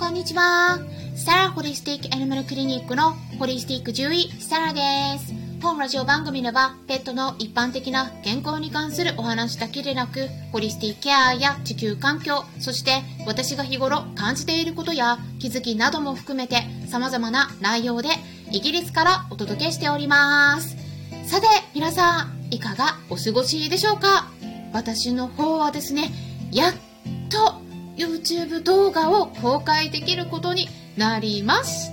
こんにちは。スタラホリスティックアニマルクリニックのホリスティック獣医スタラです。本ラジオ番組ではペットの一般的な健康に関するお話だけでなく、ホリスティックケアや地球環境、そして私が日頃感じていることや気づきなども含めて様々な内容でイギリスからお届けしております。さて皆さんいかがお過ごしでしょうか。私の方はですね、やっと YouTube 動画を公開できることになりました。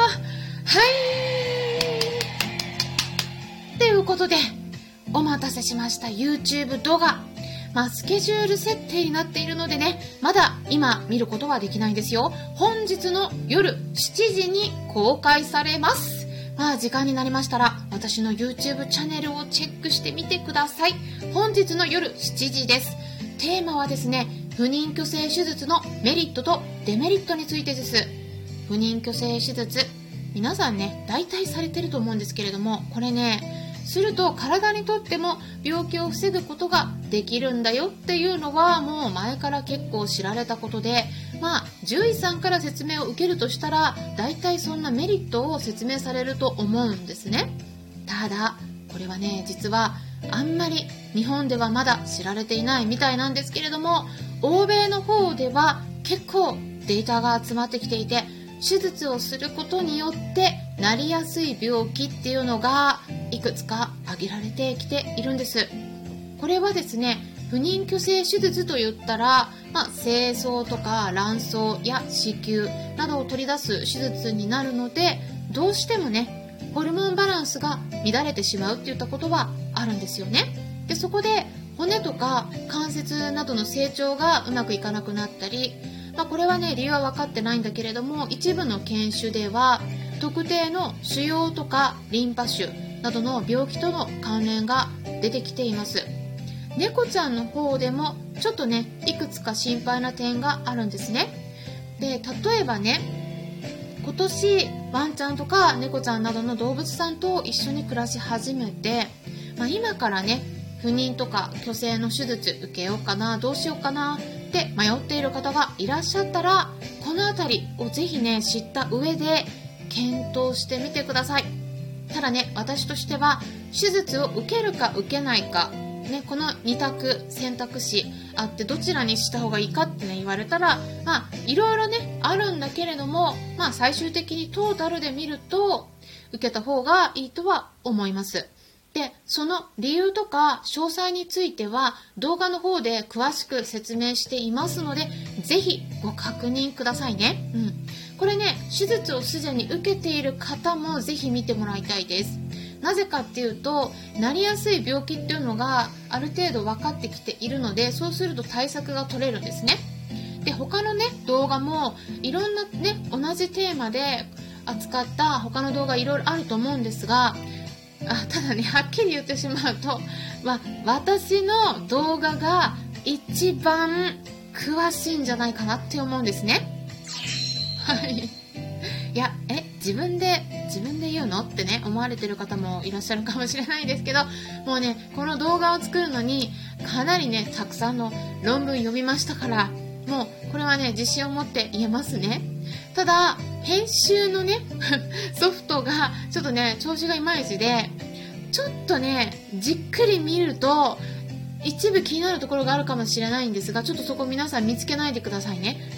ということでお待たせしました。 YouTube 動画、スケジュール設定になっているのでね、まだ今見ることはできないんですよ。本日の夜7時に公開されます。時間になりましたら私の YouTube チャンネルをチェックしてみてください。本日の夜7時です。テーマはですね、不妊去勢手術のメリットとデメリットについてです。不妊去勢手術、皆さんね大体されてると思うんですけれども、これねすると体にとっても病気を防ぐことができるんだよっていうのはもう前から結構知られたことで、獣医さんから説明を受けるとしたら大体そんなメリットを説明されると思うんですね。ただこれはね、実はあんまり日本ではまだ知られていないみたいなんですけれども、欧米の方では結構データが集まってきていて、手術をすることによってなりやすい病気っていうのがいくつか挙げられてきているんです。これはですね、不妊去勢手術といったら、精巣とか卵巣や子宮などを取り出す手術になるので、どうしてもねホルモンバランスが乱れてしまうっていったことはあるんですよね。でそこで骨とか関節などの成長がうまくいかなくなったり、これはね理由は分かってないんだけれども、一部の犬種では特定の腫瘍とかリンパ腫などの病気との関連が出てきています。猫ちゃんの方でもちょっとねいくつか心配な点があるんですね。で例えばね、今年ワンちゃんとか猫ちゃんなどの動物さんと一緒に暮らし始めて、今からね不妊とか去勢の手術受けようかな、どうしようかなって迷っている方がいらっしゃったら、このあたりをぜひね知った上で検討してみてください。ただね、私としては手術を受けるか受けないか、この2択選択肢あって、どちらにした方がいいかって言われたら、いろいろねあるんだけれども、最終的にトータルで見ると受けた方がいいとは思います。でその理由とか詳細については動画の方で詳しく説明していますので、ぜひご確認くださいね。これね、手術をすでに受けている方もぜひ見てもらいたいです。なぜかっていうと、なりやすい病気っていうのがある程度分かってきているので、そうすると対策が取れるんですね。で他のね動画もいろんなね同じテーマで扱った他の動画いろいろあると思うんですが、ただねはっきり言ってしまうと、私の動画が一番詳しいんじゃないかなって思うんですね。いや自分で言うのってね思われてる方もいらっしゃるかもしれないですけど、もうねこの動画を作るのにかなりねたくさんの論文読みましたから、もうこれはね自信を持って言えますね。ただ編集のねソフトがちょっとね調子がいまいちで、ちょっとねじっくり見ると一部気になるところがあるかもしれないんですが、ちょっとそこ皆さん見つけないでくださいね。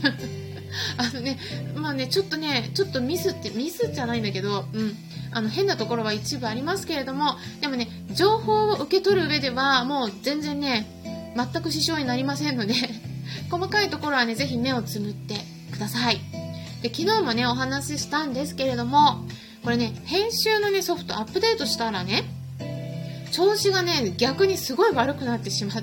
ちょっとミスじゃないんだけど、変なところは一部ありますけれども、でもね情報を受け取る上ではもう全然ね全く支障になりませんので細かいところはねぜひ目をつむってください。で昨日もねお話ししたんですけれども、これね編集のねソフトアップデートしたらね調子がね逆にすごい悪くなってしまって、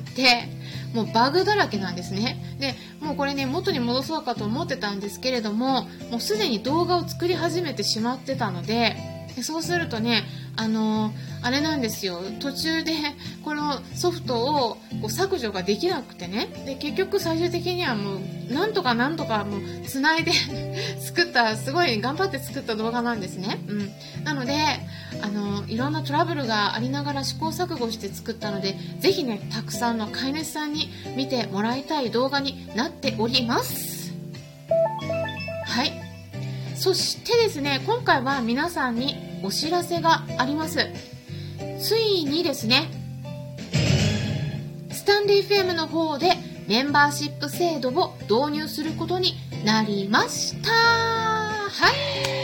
もうバグだらけなんですね。でもうこれね元に戻そうかと思ってたんですけれども、もうすでに動画を作り始めてしまってたので、そうするとねあれなんですよ、途中でこのソフトをこう削除ができなくてね、で結局最終的にはもうなんとかもうつないで作った、すごい頑張って作った動画なんですね。なのでいろんなトラブルがありながら試行錯誤して作ったので、ぜひねたくさんの飼い主さんに見てもらいたい動画になっております。 そしてですね、今回は皆さんにお知らせがあります。ついにですね、スタンレー FM の方でメンバーシップ制度を導入することになりました。はい。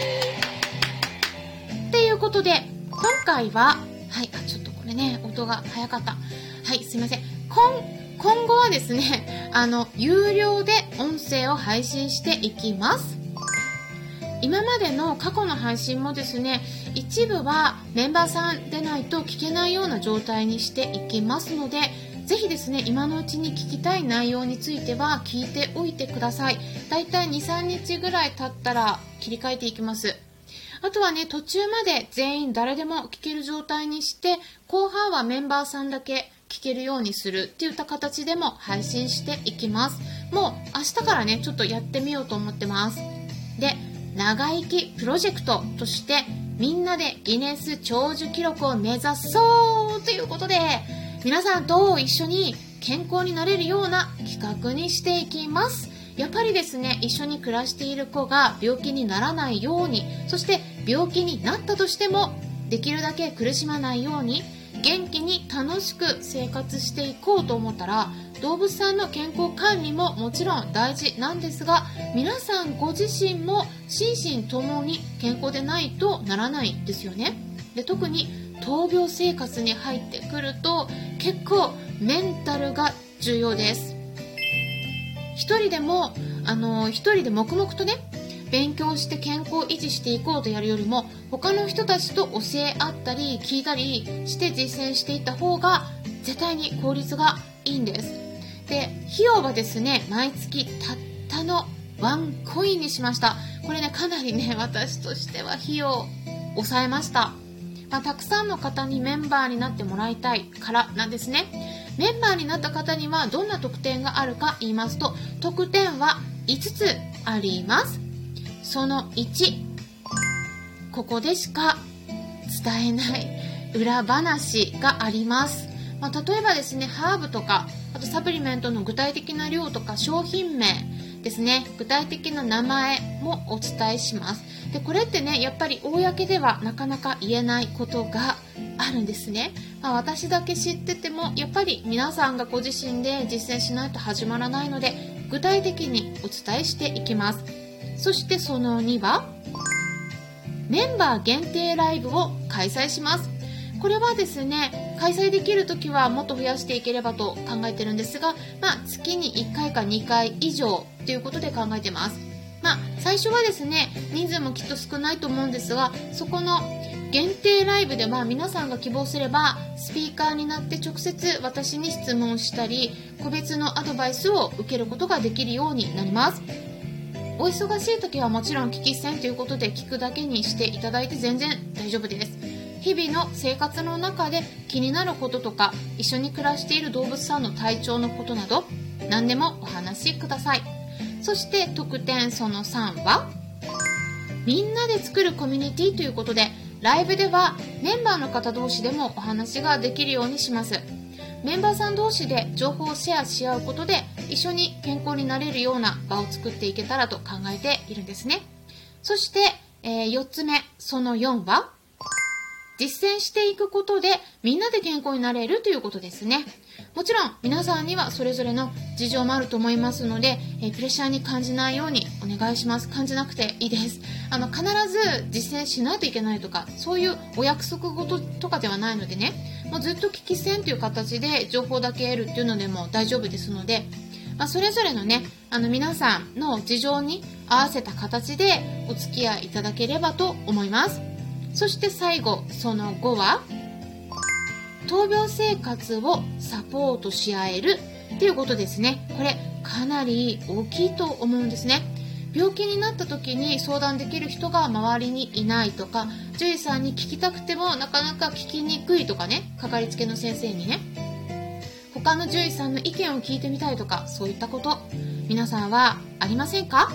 っていうことで、今回は、はい、ちょっとこれね、音が早かった。はい、すいません。今後はですね、有料で音声を配信していきます。今までの過去の配信もですね、一部はメンバーさんでないと聞けないような状態にしていきますので、ぜひですね、今のうちに聞きたい内容については聞いておいてください。だいたい 2,3 日ぐらい経ったら切り替えていきます。あとはね、途中まで全員誰でも聞ける状態にして、後半はメンバーさんだけ聞けるようにするっていった形でも配信していきます。もう明日からね、ちょっとやってみようと思ってます。で、長生きプロジェクトとしてみんなでギネス長寿記録を目指そうということで、皆さんと一緒に健康になれるような企画にしていきます。やっぱりですね、一緒に暮らしている子が病気にならないように、そして病気になったとしてもできるだけ苦しまないように元気に楽しく生活していこうと思ったら、動物さんの健康管理ももちろん大事なんですが、皆さんご自身も心身ともに健康でないとならないんですよね。で、特に闘病生活に入ってくると結構メンタルが重要です。一人で黙々とね、勉強して健康を維持していこうとやるよりも、他の人たちと教え合ったり聞いたりして実践していった方が絶対に効率がいいんです。で、費用はですね、毎月たったのワンコインにしました。これね、かなりね、私としては費用抑えました。たくさんの方にメンバーになってもらいたいからなんですね。メンバーになった方にはどんな特典があるか言いますと、特典は5つあります。その1、ここでしか伝えない裏話があります。例えばですね、ハーブとか、あとサプリメントの具体的な量とか商品名ですね、具体的な名前もお伝えします。で、これってね、やっぱり公ではなかなか言えないことがあるんですね。私だけ知っててもやっぱり皆さんがご自身で実践しないと始まらないので、具体的にお伝えしていきます。そしてその2はメンバー限定ライブを開催します。これはですね、開催できるときはもっと増やしていければと考えてるんですが、月に1回か2回以上ということで考えてます。最初はですね、人数もきっと少ないと思うんですが、そこの限定ライブでは皆さんが希望すればスピーカーになって直接私に質問したり、個別のアドバイスを受けることができるようになります。お忙しい時はもちろん聞き戦ということで聞くだけにしていただいて全然大丈夫です。日々の生活の中で気になることとか、一緒に暮らしている動物さんの体調のことなど何でもお話しください。そして特典その3はみんなで作るコミュニティということで、ライブではメンバーの方同士でもお話ができるようにします。メンバーさん同士で情報をシェアし合うことで一緒に健康になれるような場を作っていけたらと考えているんですね。そして、4つ目その4は実践していくことでみんなで健康になれるということですね。もちろん皆さんにはそれぞれの事情もあると思いますので、プレッシャーに感じないようにお願いします。感じなくていいです。必ず実践しないといけないとか、そういうお約束事とかではないのでね、もうずっと聞き戦という形で情報だけ得るっていうのでも大丈夫ですので、それぞれのね、皆さんの事情に合わせた形でお付き合いいただければと思います。そして最後その5は闘病生活をサポートし合えるっていうことですね。これかなり大きいと思うんですね。病気になった時に相談できる人が周りにいないとか、獣医さんに聞きたくてもなかなか聞きにくいとかね、かかりつけの先生にね、他の獣医さんの意見を聞いてみたいとか、そういったこと皆さんはありませんか？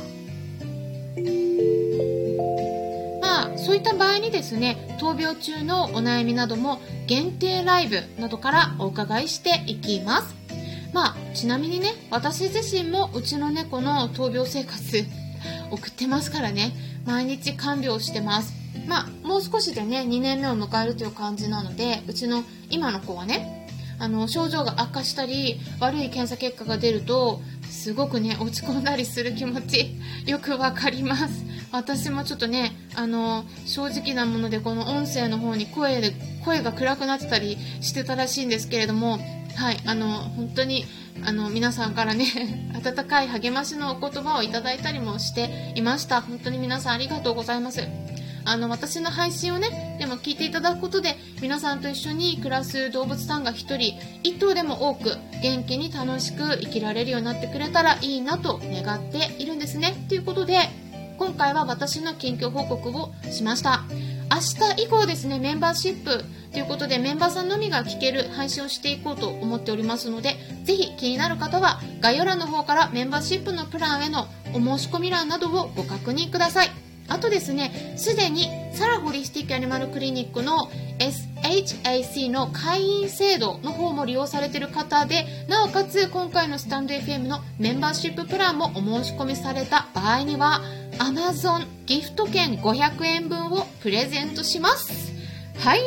そういった場合にですね、闘病中のお悩みなども限定ライブなどからお伺いしていきます。ちなみにね、私自身もうちの猫の闘病生活送ってますからね。毎日看病してます。もう少しでね、2年目を迎えるという感じなので、うちの今の子はね、症状が悪化したり、悪い検査結果が出ると、すごくね、落ち込んだりする気持ち、よくわかります。私もちょっとね、正直なもので、この音声の方に声が暗くなってたりしてたらしいんですけれども、はい、本当に、皆さんからね、温かい励ましのお言葉をいただいたりもしていました。本当に皆さんありがとうございます。私の配信をね、でも聞いていただくことで、皆さんと一緒に暮らす動物さんが一人、一頭でも多く元気に楽しく生きられるようになってくれたらいいなと願っているんですね。ということで、今回は私の近況報告をしました。明日以降ですね、メンバーシップということで、メンバーさんのみが聞ける配信をしていこうと思っておりますので、ぜひ気になる方は概要欄の方からメンバーシップのプランへのお申し込み欄などをご確認ください。あとですね、すでにサラホリスティックアニマルクリニックの SHAC の会員制度の方も利用されている方で、なおかつ今回のスタンド FM のメンバーシッププランもお申し込みされた場合には Amazon ギフト券500円分をプレゼントします。はい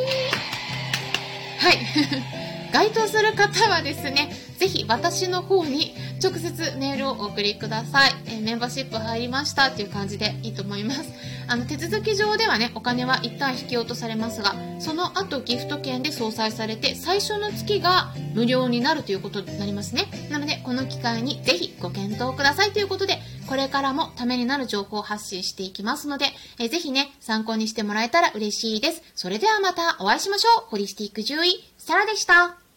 該当する方はですね、ぜひ私の方に直接メールをお送りください。メンバーシップ入りましたっていう感じでいいと思います。手続き上ではね、お金は一旦引き落とされますが、その後ギフト券で相殺されて、最初の月が無料になるということになりますね。なので、この機会にぜひご検討くださいということで、これからもためになる情報を発信していきますので、ぜひね、参考にしてもらえたら嬉しいです。それではまたお会いしましょう。ホリスティック獣医、サラでした。